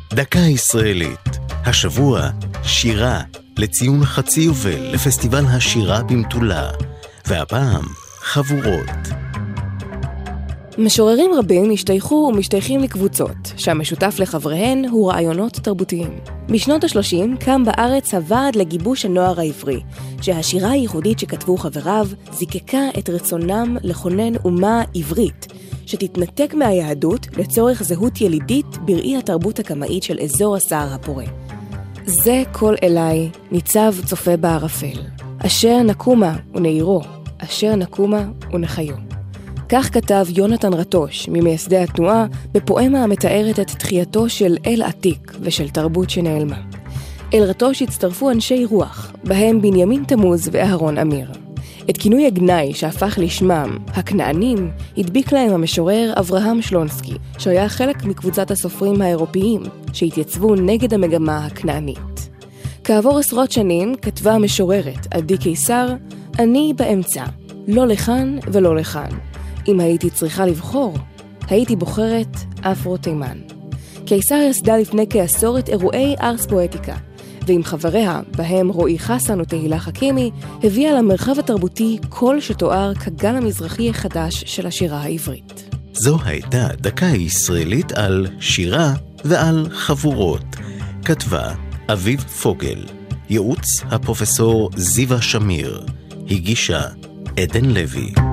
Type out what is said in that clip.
דקה ישראלית. השבוע שירה לציון חצי יובל לפסטיבל השירה במטולה, והפעם חבורות. משוררים רבים השתייכו ומשתייכים לקבוצות, שהמשותף לחבריהן הוא רעיונות תרבותיים. בשנות ה-30 קם בארץ הוועד לגיבוש הנוער העברי, שהשירה הייחודית שכתבו חבריו זיקקה את רצונם לכונן אומה עברית, שתתנתק מהיהדות לצורך זהות ילידית בראי התרבות הקמאית של אזור הסהר הפורה. זה כל אליי, ניצב צופה בערפל. אשר נקומה ונעירו, אשר נקומה ונחיו. כך כתב יונתן רטוש, ממייסדי התנועה, בפואמה המתארת את תחייתו של אל עתיק ושל תרבות שנעלמה. אל רטוש הצטרפו אנשי רוח, בהם בנימין תמוז ואהרון אמיר. את כינוי הגנאי שהפך לשמם, הכנענים, הדביק להם המשורר אברהם שלונסקי, שהיה חלק מקבוצת הסופרים האירופיים, שהתייצבו נגד המגמה הכנענית. כעבור עשרות שנים כתבה המשוררת עדי קיסר, אני באמצע, לא לכאן ולא לכאן. אם הייתי צריכה לבחור, הייתי בוחרת אפרו תימן. קיסר יסדה לפני כעשור את אירועי ארס פואטיקה, ועם חבריה, בהם רועי חסן ותהילה חכימי, הביאה למרחב התרבותי קול שתואר כגל המזרחי החדש של השירה העברית. זו הייתה דקה ישראלית על שירה ועל חבורות. כתבה אביב פוגל, ייעוץ הפרופסור זיווה שמיר, הגישה עדן לוי.